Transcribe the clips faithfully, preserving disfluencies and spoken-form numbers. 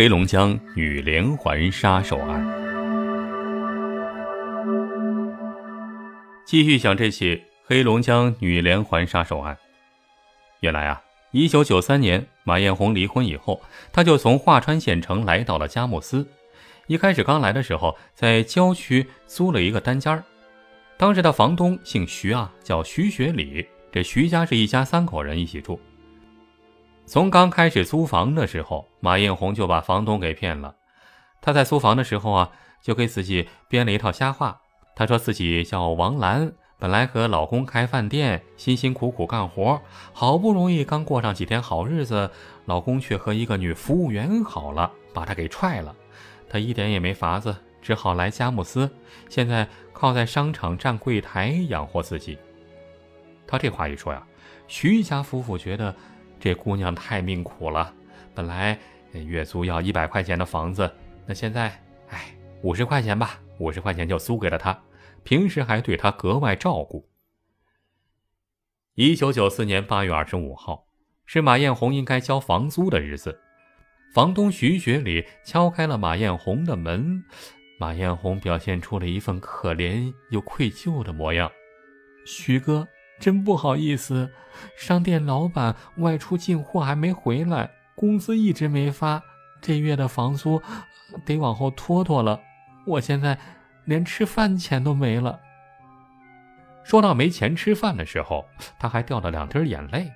黑龙江女连环杀手案。继续讲这起黑龙江女连环杀手案。原来啊，一九九三年马艳红离婚以后，她就从华川县城来到了佳木斯。一开始刚来的时候，在郊区租了一个单间，当时的房东姓徐啊，叫徐学礼。这徐家是一家三口人一起住。从刚开始租房的时候，马艳红就把房东给骗了。她在租房的时候啊，就给自己编了一套瞎话。她说自己叫王兰，本来和老公开饭店，辛辛苦苦干活，好不容易刚过上几天好日子，老公却和一个女服务员好了，把她给踹了。她一点也没法子，只好来佳木斯，现在靠在商场站柜台养活自己。她这话一说呀，徐家夫妇觉得这姑娘太命苦了，本来月租要一百块钱的房子，那现在哎五十块钱吧，五十块钱就租给了她，平时还对她格外照顾。一九九四年八月二十五号，是马艳红应该交房租的日子。房东徐学礼敲开了马艳红的门，马艳红表现出了一份可怜又愧疚的模样。徐哥，真不好意思，商店老板外出进货还没回来，工资一直没发，这月的房租得往后拖拖了，我现在连吃饭钱都没了。说到没钱吃饭的时候，他还掉了两滴眼泪。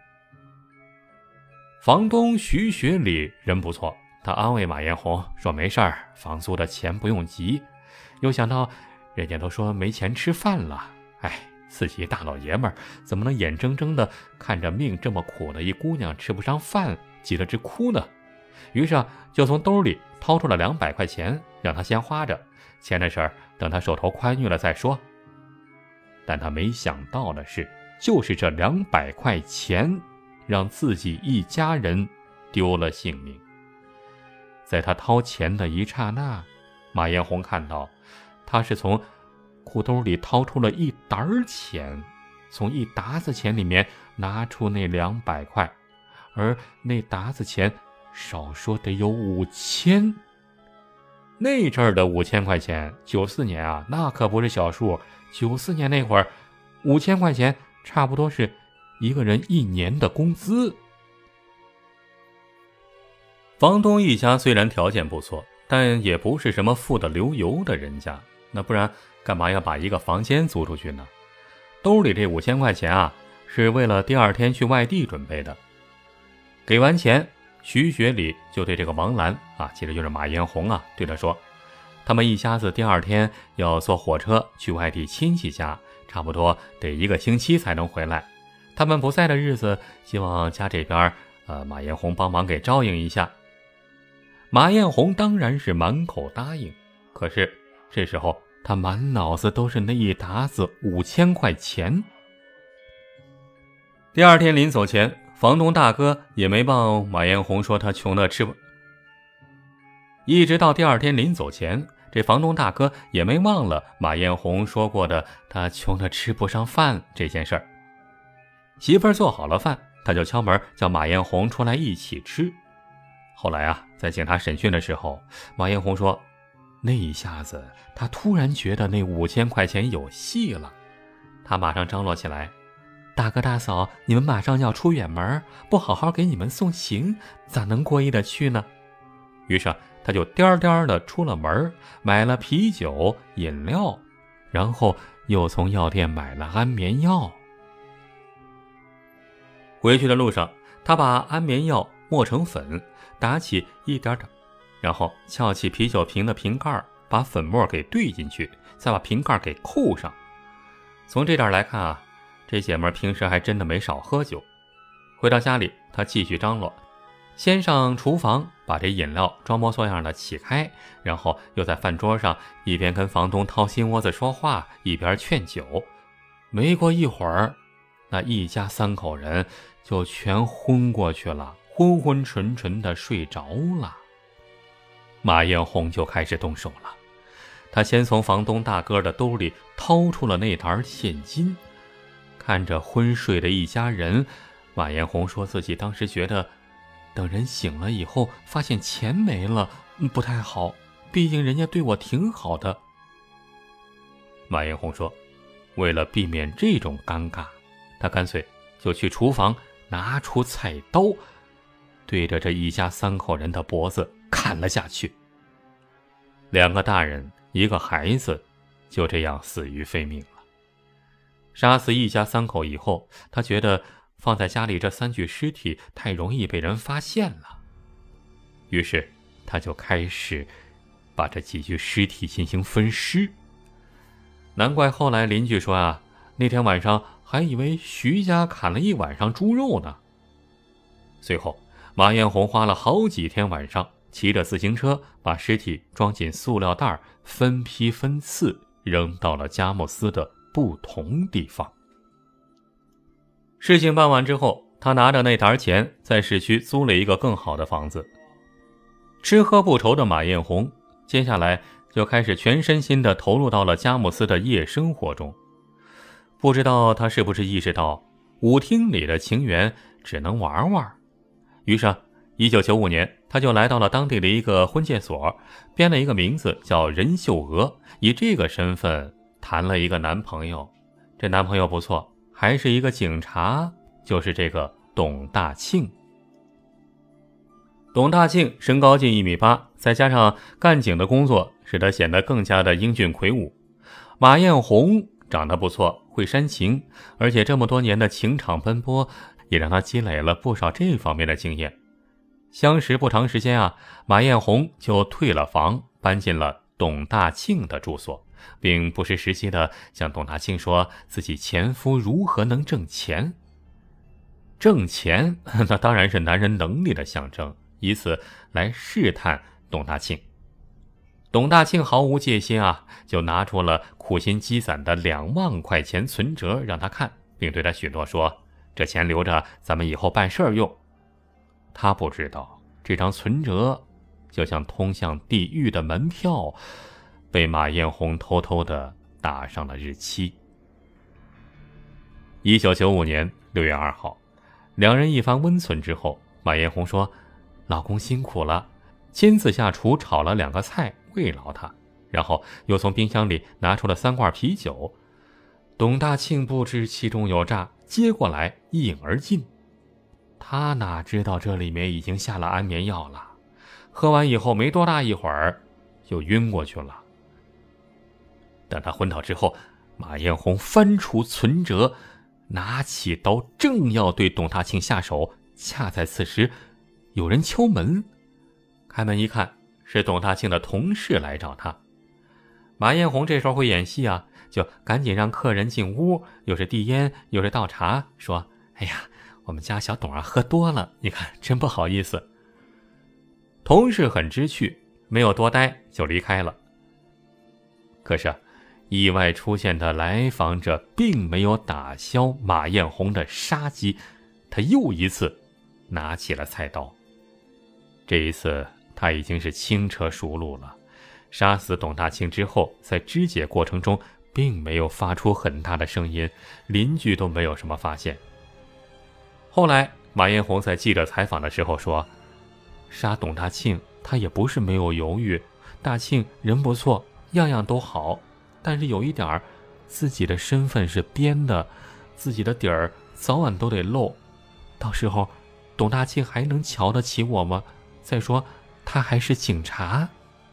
房东徐学礼人不错，他安慰马艳红说没事儿，房租的钱不用急。又想到人家都说没钱吃饭了，哎，自己大老爷们儿怎么能眼睁睁地看着命这么苦的一姑娘吃不上饭，急得直哭呢？于是啊，就从兜里掏出了两百块钱，让她先花着，钱的事儿等她手头宽裕了再说。但他没想到的是，就是这两百块钱让自己一家人丢了性命。在他掏钱的一刹那，马艳红看到他是从裤兜里掏出了一沓钱，从一沓子钱里面拿出那两百块，而那沓子钱少说得有五千。那阵儿的五千块钱，九四年啊，那可不是小数。九四年那会儿，五千块钱差不多是一个人一年的工资。房东一家虽然条件不错，但也不是什么富得流油的人家，那不然干嘛要把一个房间租出去呢？兜里这五千块钱啊，是为了第二天去外地准备的。给完钱，徐学礼就对这个王兰啊，其实就是马艳红啊，对他说，他们一家子第二天要坐火车去外地亲戚家，差不多得一个星期才能回来。他们不在的日子，希望家这边呃，马艳红帮忙给照应一下。马艳红当然是满口答应，可是这时候他满脑子都是那一沓子五千块钱。第二天临走前，房东大哥也没帮马艳红说他穷得吃不，一直到第二天临走前，这房东大哥也没忘了马艳红说过的他穷得吃不上饭这件事儿。媳妇儿做好了饭，他就敲门叫马艳红出来一起吃。后来啊，在警察审讯的时候，马艳红说，那一下子他突然觉得那五千块钱有戏了。他马上张罗起来，大哥大嫂，你们马上要出远门，不好好给你们送行，咋能过意得去呢？于是他就颠颠的出了门，买了啤酒饮料，然后又从药店买了安眠药。回去的路上，他把安眠药磨成粉，打起一点点，然后撬起啤酒瓶的瓶盖，把粉末给兑进去，再把瓶盖给扣上。从这点来看啊，这姐们平时还真的没少喝酒。回到家里，他继续张罗，先上厨房把这饮料装模作样的起开，然后又在饭桌上一边跟房东掏心窝子说话，一边劝酒。没过一会儿，那一家三口人就全昏过去了，昏昏沉沉的睡着了。马艳红就开始动手了，他先从房东大哥的兜里掏出了那沓现金。看着昏睡的一家人，马艳红说自己当时觉得等人醒了以后发现钱没了，不太好，毕竟人家对我挺好的。马艳红说，为了避免这种尴尬，他干脆就去厨房拿出菜刀，对着这一家三口人的脖子砍了下去。两个大人一个孩子就这样死于非命了。杀死一家三口以后，他觉得放在家里这三具尸体太容易被人发现了，于是他就开始把这几具尸体进行分尸。难怪后来邻居说啊，那天晚上还以为徐家砍了一晚上猪肉呢。随后马艳红花了好几天晚上，骑着自行车把尸体装进塑料袋，分批分次扔到了佳木斯的不同地方。事情办完之后，他拿着那沓钱在市区租了一个更好的房子。吃喝不愁的马艳红接下来就开始全身心地投入到了佳木斯的夜生活中。不知道他是不是意识到舞厅里的情缘只能玩玩，于是一九九五年他就来到了当地的一个婚介所，编了一个名字叫任秀娥，以这个身份谈了一个男朋友。这男朋友不错，还是一个警察，就是这个董大庆。董大庆身高近一米八，再加上干警的工作，使他显得更加的英俊魁梧。马艳红长得不错，会煽情，而且这么多年的情场奔波也让他积累了不少这方面的经验。相识不长时间啊，马艳红就退了房，搬进了董大庆的住所，并不失时机地向董大庆说自己前夫如何能挣钱。挣钱那当然是男人能力的象征，以此来试探董大庆。董大庆毫无戒心啊，就拿出了苦心积攒的两万块钱存折让他看，并对他许诺说，这钱留着咱们以后办事儿用。他不知道这张存折就像通向地狱的门票，被马艳红偷偷地打上了日期。一九九五年六月二号，两人一番温存之后，马艳红说，老公辛苦了，亲自下厨炒了两个菜慰劳他，然后又从冰箱里拿出了三罐啤酒。董大庆不知其中有诈，接过来一饮而尽。他哪知道这里面已经下了安眠药了，喝完以后没多大一会儿就晕过去了。等他昏倒之后，马艳红翻出存折，拿起刀正要对董大庆下手，恰在此时有人敲门。开门一看，是董大庆的同事来找他。马艳红这时候会演戏啊，就赶紧让客人进屋，又是递烟又是倒茶，说，哎呀，我们家小董啊喝多了，你看真不好意思。同事很知趣，没有多待就离开了。可是意外出现的来访者并没有打消马艳红的杀机，他又一次拿起了菜刀。这一次他已经是轻车熟路了，杀死董大庆之后，在肢解过程中并没有发出很大的声音，邻居都没有什么发现。后来马艳红在记者采访的时候说，杀董大庆他也不是没有犹豫，大庆人不错，样样都好，但是有一点，自己的身份是编的，自己的底儿早晚都得露，到时候董大庆还能瞧得起我吗？再说他还是警察。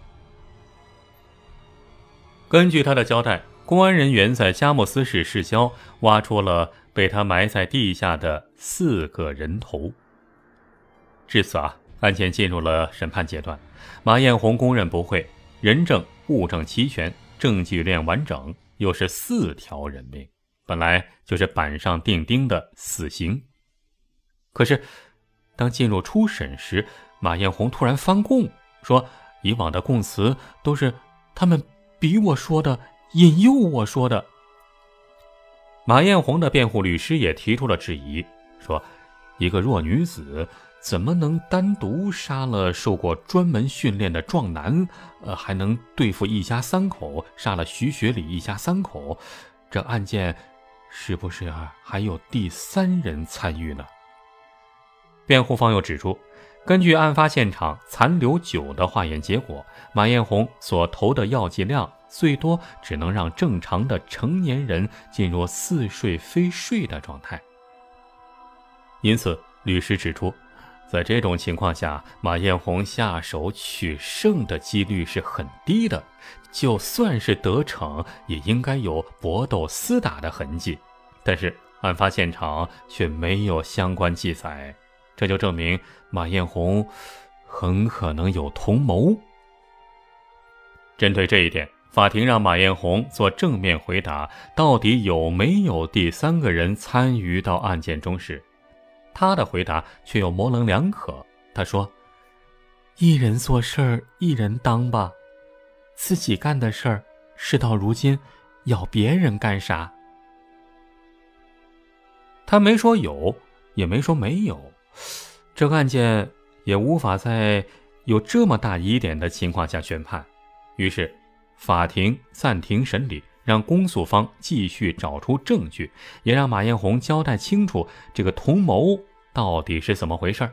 根据他的交代，公安人员在佳木斯市市郊挖出了被他埋在地下的四个人头。至此啊，案件进入了审判阶段。马艳红供认不讳，人证物证齐全，证据链完整，又是四条人命，本来就是板上钉钉的死刑。可是当进入初审时，马艳红突然翻供，说以往的供词都是他们逼我说的，引诱我说的。马艳红的辩护律师也提出了质疑，说一个弱女子怎么能单独杀了受过专门训练的壮男，呃，还能对付一家三口，杀了徐学礼一家三口，这案件是不是还有第三人参与呢？辩护方又指出， 根据案发现场残留酒的化验结果，马艳红所投的药剂量最多只能让正常的成年人进入似睡非睡的状态。因此，律师指出，在这种情况下，马艳红下手取胜的几率是很低的，就算是得逞，也应该有搏斗厮打的痕迹。但是案发现场却没有相关记载，这就证明马艳红很可能有同谋。针对这一点，法庭让马艳红做正面回答，到底有没有第三个人参与到案件中时，他的回答却又模棱两可。他说，一人做事儿一人当吧，自己干的事儿，事到如今要别人干啥？他没说有，也没说没有，这个案件也无法在有这么大疑点的情况下宣判。于是法庭暂停审理，让公诉方继续找出证据，也让马艳红交代清楚这个同谋到底是怎么回事。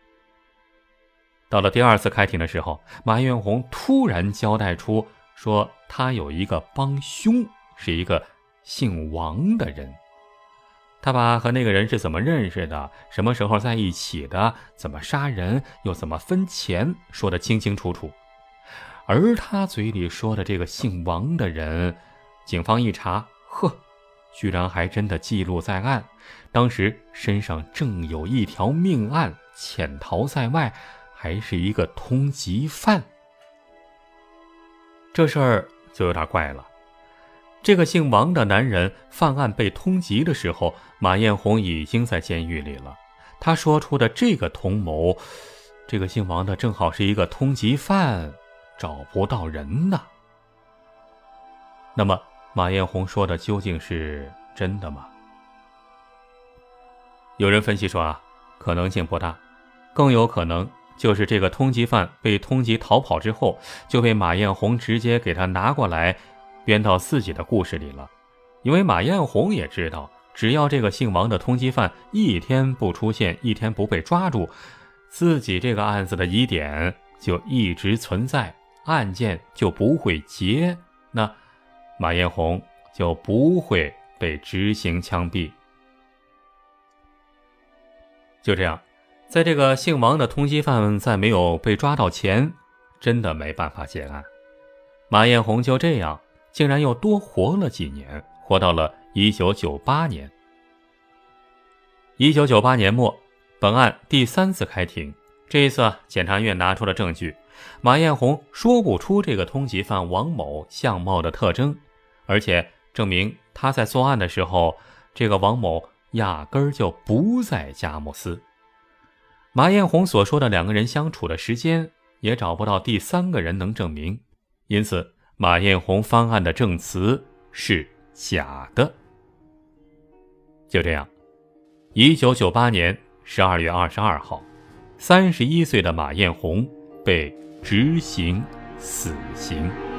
到了第二次开庭的时候，马艳红突然交代出说他有一个帮凶，是一个姓王的人。他把和那个人是怎么认识的，什么时候在一起的，怎么杀人，又怎么分钱，说得清清楚楚。而他嘴里说的这个姓王的人，警方一查，呵，居然还真的记录在案。当时身上正有一条命案，潜逃在外，还是一个通缉犯。这事儿就有点怪了。这个姓王的男人犯案被通缉的时候，马艳红已经在监狱里了。他说出的这个同谋，这个姓王的正好是一个通缉犯，找不到人呢。那么马艳红说的究竟是真的吗？有人分析说啊，可能性不大，更有可能就是这个通缉犯被通缉逃跑之后，就被马艳红直接给他拿过来编到自己的故事里了。因为马艳红也知道，只要这个姓王的通缉犯一天不出现，一天不被抓住，自己这个案子的疑点就一直存在，案件就不会结，那马艳红就不会被执行枪毙。就这样，在这个姓王的通缉犯在没有被抓到前，真的没办法结案。马艳红就这样竟然又多活了几年，活到了一九九八年。一九九八年末，本案第三次开庭。这一次检察院拿出了证据，马艳红说不出这个通缉犯王某相貌的特征，而且证明他在作案的时候，这个王某压根儿就不在佳木斯。马艳红所说的两个人相处的时间，也找不到第三个人能证明，因此马艳红翻案的证词是假的。就这样，一九九八年十二月二十二号，三十一岁的马艳红被执行死刑。